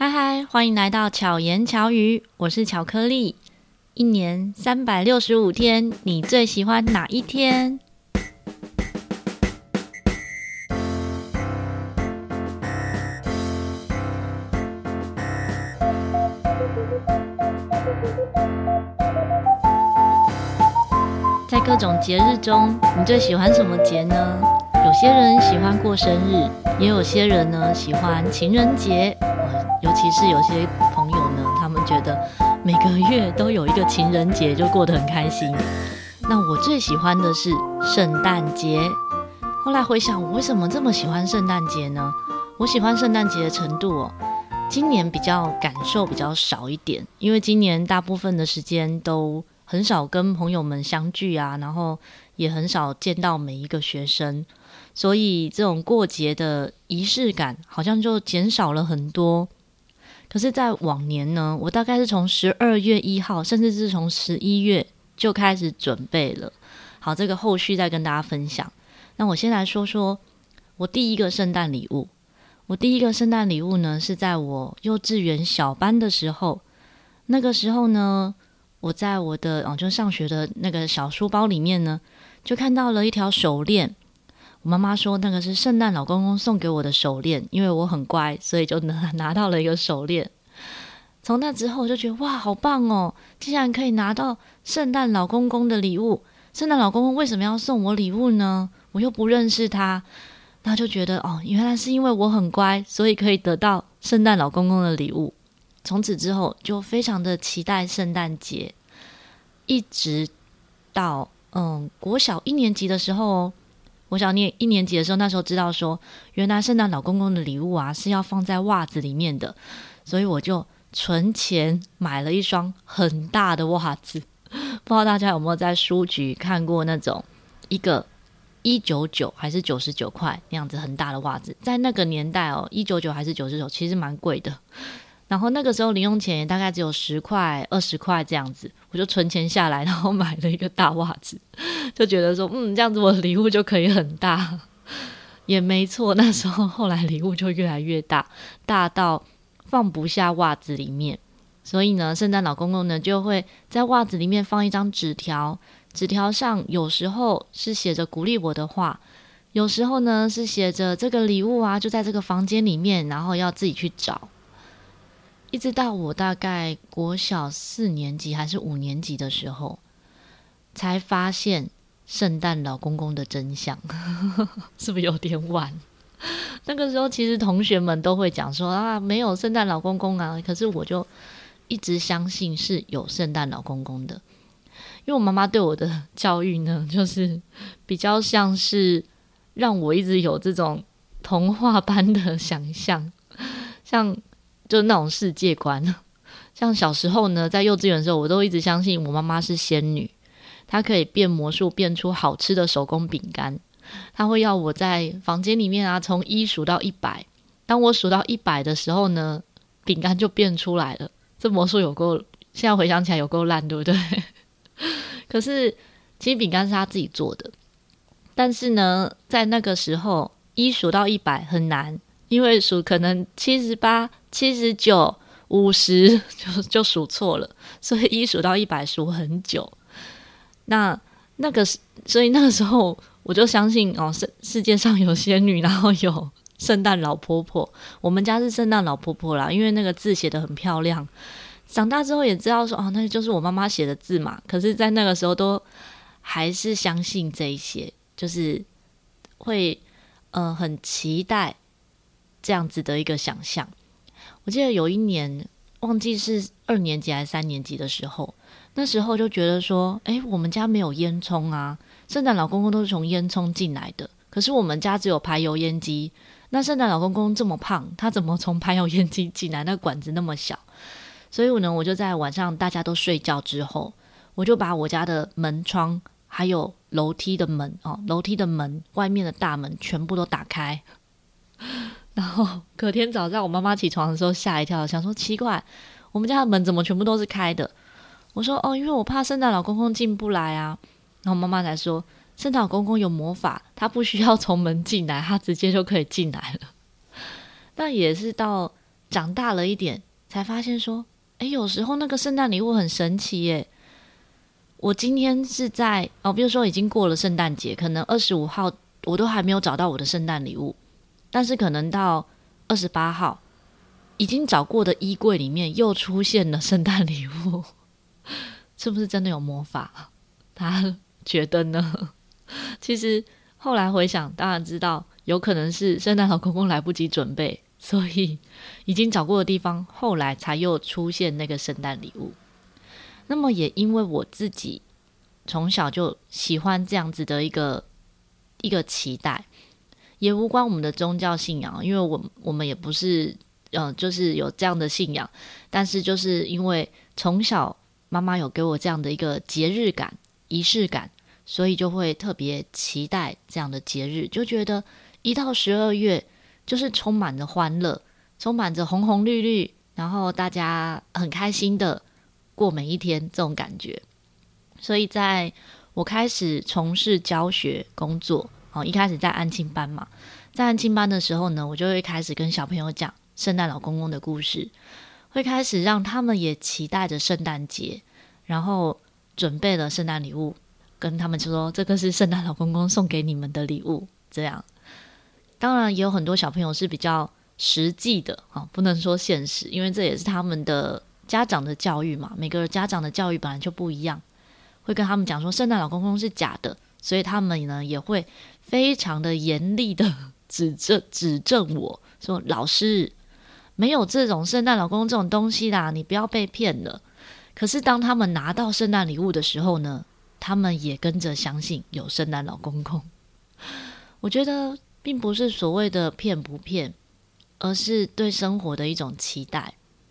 嗨嗨，欢迎来到巧言巧语，我是巧克力。一年365天，你最喜欢哪一天？在各种节日中，你最喜欢什么节呢？有些人喜欢过生日，也有些人呢喜欢情人节。尤其是有些朋友呢，他们觉得每个月都有一个情人节，就过得很开心。那我最喜欢的是圣诞节。后来回想，我为什么这么喜欢圣诞节呢？我喜欢圣诞节的程度今年比较感受比较少一点，因为今年大部分的时间都很少跟朋友们相聚啊，然后也很少见到每一个学生，所以这种过节的仪式感好像就减少了很多。可是在往年呢，我大概是从12月1号甚至是从11月就开始准备了。好，这个后续再跟大家分享。那我先来说说我第一个圣诞礼物。我第一个圣诞礼物呢，是在我幼稚园小班的时候。那个时候呢，我在我的就上学的那个小书包里面呢，就看到了一条手链。我妈妈说那个是圣诞老公公送给我的手链，因为我很乖，所以就拿到了一个手链。从那之后我就觉得哇，好棒哦，竟然可以拿到圣诞老公公的礼物。圣诞老公公为什么要送我礼物呢？我又不认识他。那就觉得原来是因为我很乖，所以可以得到圣诞老公公的礼物。从此之后就非常的期待圣诞节，一直到国小1年级的时候国小念1年级的时候，那时候知道说原来圣诞老公公的礼物啊是要放在袜子里面的，所以我就存钱买了一双很大的袜子。不知道大家有没有在书局看过那种一个199还是99块那样子很大的袜子，在那个年代199还是99其实蛮贵的。然后那个时候零用钱也大概只有10块20块这样子，我就存钱下来，然后买了一个大袜子，就觉得说这样子我的礼物就可以很大。也没错，那时候后来礼物就越来越大，大到放不下袜子里面。所以呢，圣诞老公公呢就会在袜子里面放一张纸条，纸条上有时候是写着鼓励我的话，有时候呢是写着这个礼物啊就在这个房间里面，然后要自己去找。一直到我大概国小4年级还是5年级的时候，才发现圣诞老公公的真相。是不是有点晚？那个时候其实同学们都会讲说没有圣诞老公公啊，可是我就一直相信是有圣诞老公公的。因为我妈妈对我的教育呢，就是比较像是让我一直有这种童话般的想象，像就那种世界观。像小时候呢，在幼稚园的时候，我都一直相信我妈妈是仙女，她可以变魔术变出好吃的手工饼干。她会要我在房间里面从1数到100，当我数到100的时候呢，饼干就变出来了。这魔术现在回想起来有够烂，对不对？可是其实饼干是她自己做的，但是呢在那个时候1数到100很难，因为数可能78、79、50就数错了，所以1数到100数很久。所以那个时候我就相信世界上有仙女，然后有圣诞老婆婆。我们家是圣诞老婆婆啦，因为那个字写得很漂亮。长大之后也知道说那就是我妈妈写的字嘛，可是在那个时候都还是相信这一些，就是会很期待这样子的一个想象。我记得有一年忘记是2年级还是3年级的时候，那时候就觉得说我们家没有烟囱啊，圣诞老公公都是从烟囱进来的，可是我们家只有排油烟机，那圣诞老公公这么胖，他怎么从排油烟机进来？那管子那么小。所以呢，我就在晚上大家都睡觉之后，我就把我家的门窗还有楼梯的门楼梯的门外面的大门全部都打开。然后隔天早上我妈妈起床的时候吓一跳，想说奇怪，我们家的门怎么全部都是开的？我说因为我怕圣诞老公公进不来啊。然后妈妈才说圣诞老公公有魔法，他不需要从门进来，他直接就可以进来了。但也是到长大了一点才发现说，有时候那个圣诞礼物很神奇耶。我今天是在比如说已经过了圣诞节，可能25号我都还没有找到我的圣诞礼物，但是可能到28号已经找过的衣柜里面又出现了圣诞礼物，是不是真的有魔法？他觉得呢？其实后来回想，当然知道有可能是圣诞老公公来不及准备，所以已经找过的地方后来才又出现那个圣诞礼物。那么也因为我自己从小就喜欢这样子的一个期待，也无关我们的宗教信仰，因为我们也不是就是有这样的信仰，但是就是因为从小妈妈有给我这样的一个节日感、仪式感，所以就会特别期待这样的节日，就觉得一到12月就是充满着欢乐，充满着红红绿绿，然后大家很开心的过每一天这种感觉。所以在我开始从事教学工作，一开始在安亲班嘛，在安亲班的时候呢，我就会开始跟小朋友讲圣诞老公公的故事，会开始让他们也期待着圣诞节，然后准备了圣诞礼物，跟他们说这个是圣诞老公公送给你们的礼物。这样当然也有很多小朋友是比较实际的，不能说现实，因为这也是他们的家长的教育嘛，每个家长的教育本来就不一样，会跟他们讲说圣诞老公公是假的，所以他们呢也会非常的严厉的指正我说，老师没有这种圣诞老公公这种东西啦，你不要被骗了。可是当他们拿到圣诞礼物的时候呢，他们也跟着相信有圣诞老公公。我觉得并不是所谓的骗不骗，而是对生活的一种期待。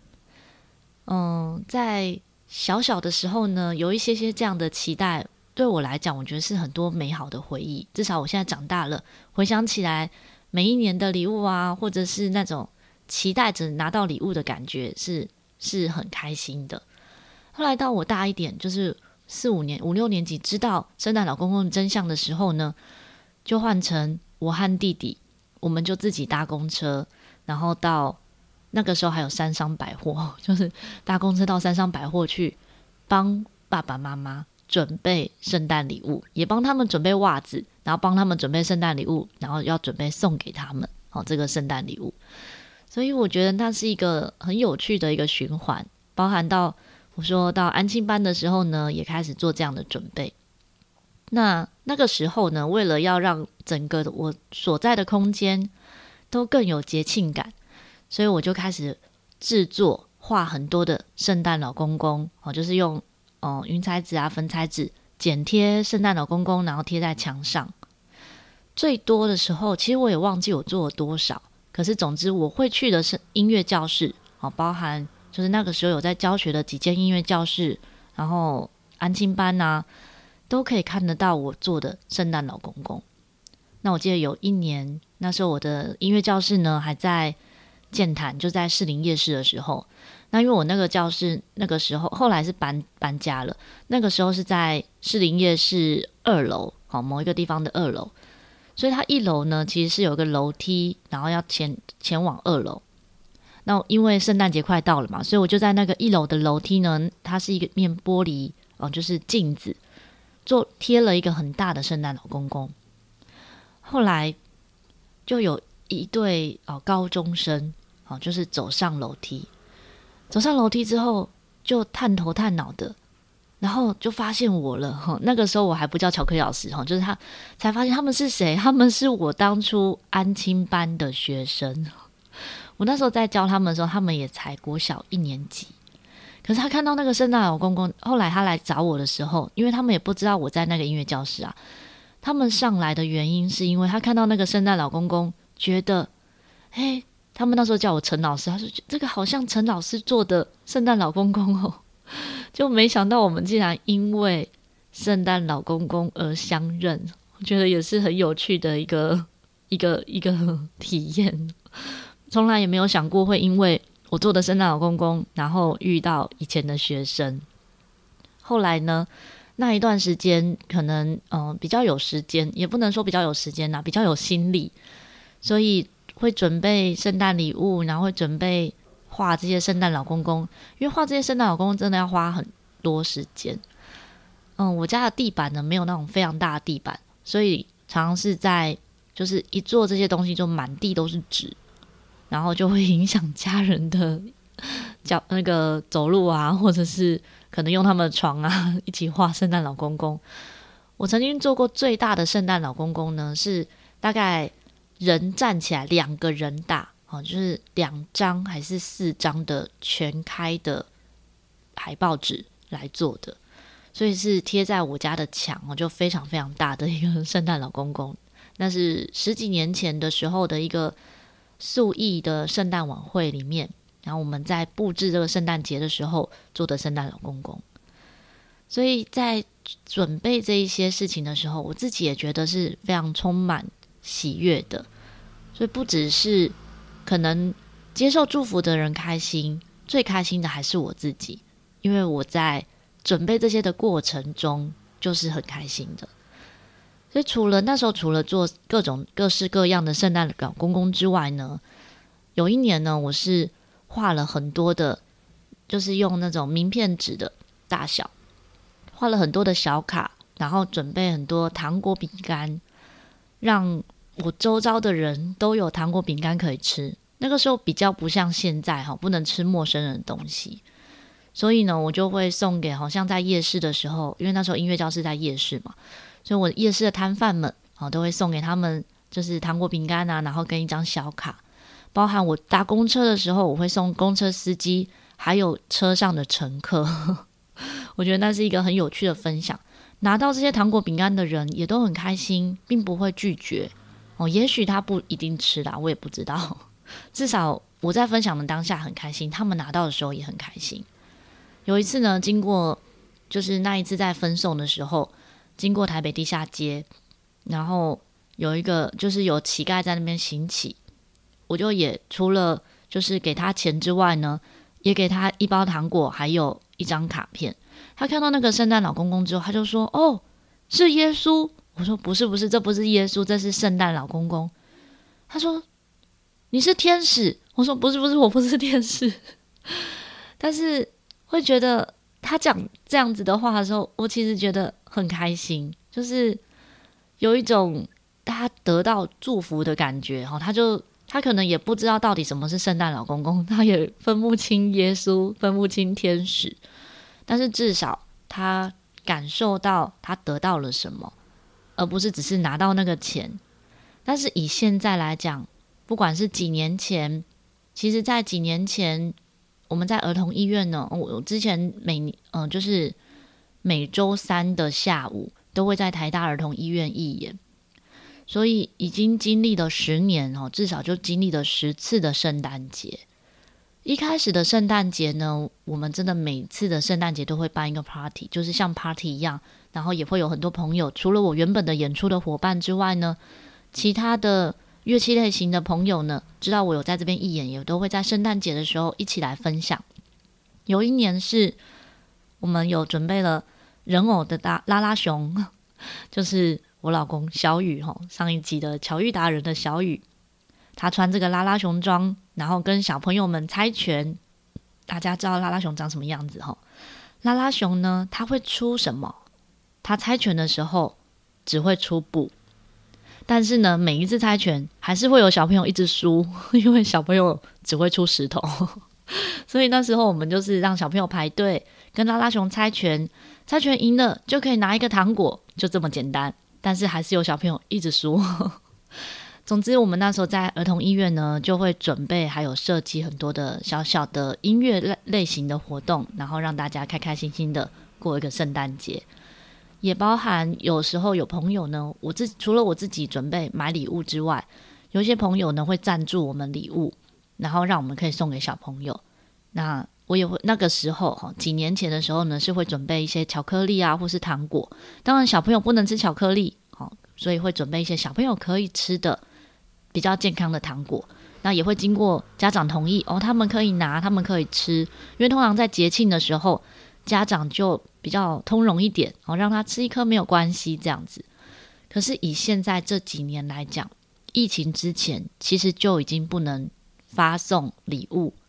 在小小的时候呢，有一些这样的期待，对我来讲我觉得是很多美好的回忆。至少我现在长大了，回想起来每一年的礼物啊，或者是那种期待着拿到礼物的感觉是很开心的。后来到我大一点，就是5、6年级知道圣诞老公公的真相的时候呢，就换成我和弟弟，我们就自己搭公车，然后到那个时候还有三商百货，就是搭公车到三商百货去帮爸爸妈妈准备圣诞礼物，也帮他们准备袜子，然后帮他们准备圣诞礼物，然后要准备送给他们这个圣诞礼物。所以我觉得那是一个很有趣的一个循环，包含到我说到安亲班的时候呢，也开始做这样的准备。那个时候呢，为了要让整个我所在的空间都更有节庆感，所以我就开始制作画很多的圣诞老公公，就是用云彩纸啊、粉彩纸剪贴圣诞老公公，然后贴在墙上。最多的时候其实我也忘记我做了多少，可是总之我会去的是音乐教室，包含就是那个时候有在教学的几间音乐教室，然后安亲班啊，都可以看得到我做的圣诞老公公。那我记得有一年，那时候我的音乐教室呢还在建潭，就在士林夜市的时候。那因为我那个教室那个时候后来是搬家了，那个时候是在士林夜市2楼，某一个地方的2楼，所以它1楼呢其实是有一个楼梯，然后要前往2楼。那因为圣诞节快到了嘛，所以我就在那个1楼的楼梯呢，它是一个面玻璃就是镜子，贴了一个很大的圣诞老公公。后来就有一对高中生就是走上楼梯之后就探头探脑的，然后就发现我了。那个时候我还不叫巧克力老师，就是他才发现他们是谁，他们是我当初安亲班的学生。我那时候在教他们的时候，他们也才国小1年级。可是他看到那个圣诞老公公，后来他来找我的时候，因为他们也不知道我在那个音乐教室啊，他们上来的原因是因为他看到那个圣诞老公公，觉得他们那时候叫我陈老师，他说这个好像陈老师做的圣诞老公公哦。就没想到我们竟然因为圣诞老公公而相认，我觉得也是很有趣的一个体验。从来也没有想过会因为我做的圣诞老公公，然后遇到以前的学生。后来呢，那一段时间可能比较有时间，也不能说比较有时间比较有心力，所以会准备圣诞礼物，然后会准备画这些圣诞老公公，因为画这些圣诞老公公真的要花很多时间。我家的地板呢没有那种非常大的地板，所以常常是在就是一做这些东西就满地都是纸，然后就会影响家人的那个走路啊，或者是可能用他们的床啊一起画圣诞老公公。我曾经做过最大的圣诞老公公呢，是大概人站起来2个人大，就是2张还是4张的全开的海报纸来做的，所以是贴在我家的墙，就非常非常大的一个圣诞老公公。那是10几年前的时候的一个素艺的圣诞晚会里面，然后我们在布置这个圣诞节的时候做的圣诞老公公。所以在准备这一些事情的时候，我自己也觉得是非常充满喜悦的。所以不只是可能接受祝福的人开心，最开心的还是我自己，因为我在准备这些的过程中就是很开心的。所以那时候除了做各式各样的圣诞老公公之外呢，有一年呢，我是画了很多的，就是用那种名片纸的大小，画了很多的小卡，然后准备很多糖果饼干，让我周遭的人都有糖果饼干可以吃。那个时候比较不像现在不能吃陌生人的东西，所以呢我就会送给好像在夜市的时候，因为那时候音乐教室在夜市嘛，所以我夜市的摊贩们都会送给他们就是糖果饼干啊，然后跟一张小卡。包含我搭公车的时候，我会送公车司机还有车上的乘客我觉得那是一个很有趣的分享。拿到这些糖果饼干的人也都很开心，并不会拒绝也许他不一定吃啦，我也不知道，至少我在分享的当下很开心，他们拿到的时候也很开心。有一次呢，经过就是那一次在分送的时候，经过台北地下街，然后有一个就是有乞丐在那边行乞，我就也除了就是给他钱之外呢，也给他一包糖果还有一张卡片。他看到那个圣诞老公公之后，他就说哦，是耶稣。我说不是，这不是耶稣，这是圣诞老公公。他说你是天使。我说不是，我不是天使但是会觉得他讲这样子的话的时候，我其实觉得很开心，就是有一种他得到祝福的感觉。他可能也不知道到底什么是圣诞老公公，他也分不清耶稣，分不清天使，但是至少他感受到他得到了什么，而不是只是拿到那个钱。但是以现在来讲，不管是几年前，其实在几年前我们在儿童医院呢，我之前就是每周3的下午都会在台大儿童医院义演，所以已经经历了10年至少就经历了10次的圣诞节。一开始的圣诞节呢，我们真的每次的圣诞节都会办一个 party， 就是像 party 一样，然后也会有很多朋友，除了我原本的演出的伙伴之外呢，其他的乐器类型的朋友呢，知道我有在这边义演，也都会在圣诞节的时候一起来分享。有一年是我们有准备了人偶的拉拉熊，就是我老公小雨上一集的巧遇达人的小雨，他穿这个拉拉熊装，然后跟小朋友们猜拳。大家知道拉拉熊长什么样子拉拉熊呢，他会出什么？他猜拳的时候只会出布，但是呢每一次猜拳还是会有小朋友一直输，因为小朋友只会出石头所以那时候我们就是让小朋友排队跟拉拉熊猜拳，猜拳赢了就可以拿一个糖果，就这么简单。但是还是有小朋友一直输总之我们那时候在儿童医院呢，就会准备还有设计很多的小小的音乐类型的活动，然后让大家开开心心的过一个圣诞节。也包含有时候有朋友呢，除了我自己准备买礼物之外，有一些朋友呢会赞助我们礼物，然后让我们可以送给小朋友。那我也会那个时候几年前的时候呢，是会准备一些巧克力啊或是糖果。当然小朋友不能吃巧克力所以会准备一些小朋友可以吃的比较健康的糖果。那也会经过家长同意他们可以拿，他们可以吃，因为通常在节庆的时候家长就比较通融一点让他吃一颗没有关系这样子。可是以现在这几年来讲，疫情之前其实就已经不能发送礼物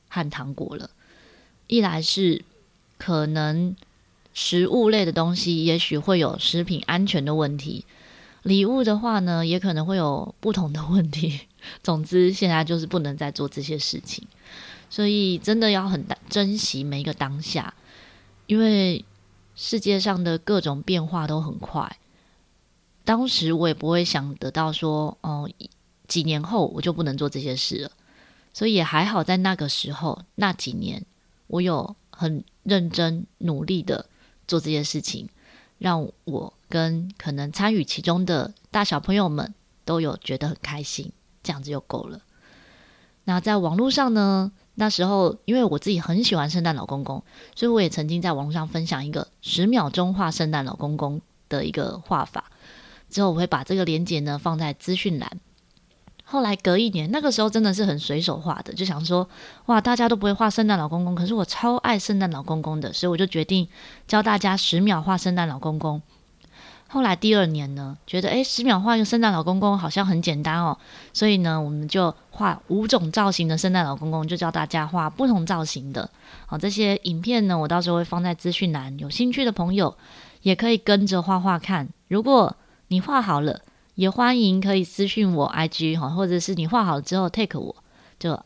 和糖果了。一来是可能食物类的东西也许会有食品安全的问题，礼物的话呢也可能会有不同的问题。总之现在就是不能再做这些事情，所以真的要很珍惜每一个当下，因为世界上的各种变化都很快。当时我也不会想得到说几年后我就不能做这些事了，所以也还好在那个时候那几年我有很认真努力的做这些事情，让我跟可能参与其中的大小朋友们都有觉得很开心，这样子就够了。那在网络上呢，那时候因为我自己很喜欢圣诞老公公，所以我也曾经在网络上分享一个10秒钟画圣诞老公公的一个画法，之后我会把这个连结呢放在资讯栏。后来隔一年，那个时候真的是很随手画的，就想说哇，大家都不会画圣诞老公公，可是我超爱圣诞老公公的，所以我就决定教大家10秒画圣诞老公公。后来第2年呢，觉得10秒画一个圣诞老公公好像很简单哦，所以呢我们就画5种造型的圣诞老公公，就教大家画不同造型的。好，这些影片呢我到时候会放在资讯栏，有兴趣的朋友也可以跟着画画看。如果你画好了，也欢迎可以私讯我 IG， 或者是你画好了之后 take 我，就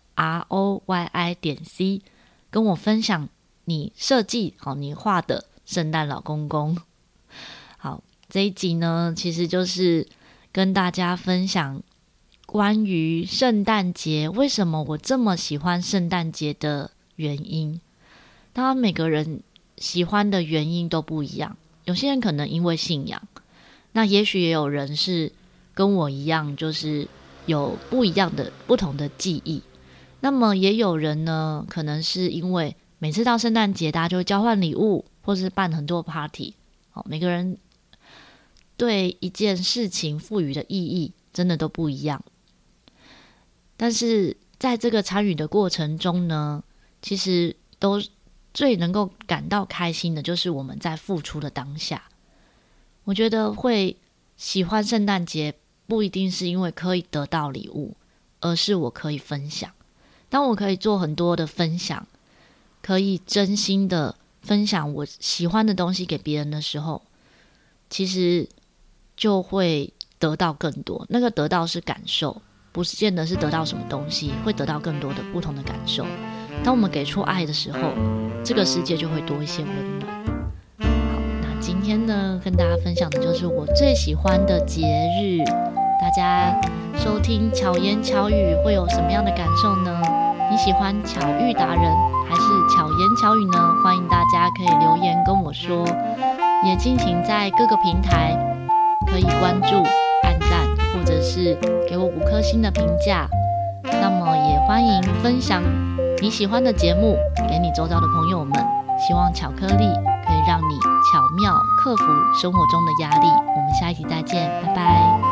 ROYI.C 跟我分享你设计你画的圣诞老公公。好，这一集呢其实就是跟大家分享关于圣诞节为什么我这么喜欢圣诞节的原因。当然每个人喜欢的原因都不一样，有些人可能因为信仰，那也许也有人是跟我一样，就是有不一样的不同的记忆。那么也有人呢，可能是因为每次到圣诞节大家就会交换礼物，或是办很多 party。每个人对一件事情赋予的意义真的都不一样。但是在这个参与的过程中呢，其实都最能够感到开心的就是我们在付出的当下。我觉得会喜欢圣诞节不一定是因为可以得到礼物，而是我可以分享。当我可以做很多的分享，可以真心的分享我喜欢的东西给别人的时候，其实就会得到更多。那个得到是感受，不是见得是得到什么东西，会得到更多的不同的感受。当我们给出爱的时候，这个世界就会多一些温暖。好，那今天呢跟大家分享的就是我最喜欢的节日。大家收听巧言巧语会有什么样的感受呢？你喜欢巧遇达人还是巧言巧语呢？欢迎大家可以留言跟我说，也敬请在各个平台可以关注、按赞，或者是给我5颗星的评价。那么也欢迎分享你喜欢的节目给你周遭的朋友们。希望巧克力可以让你巧妙克服生活中的压力。我们下一集再见，拜拜。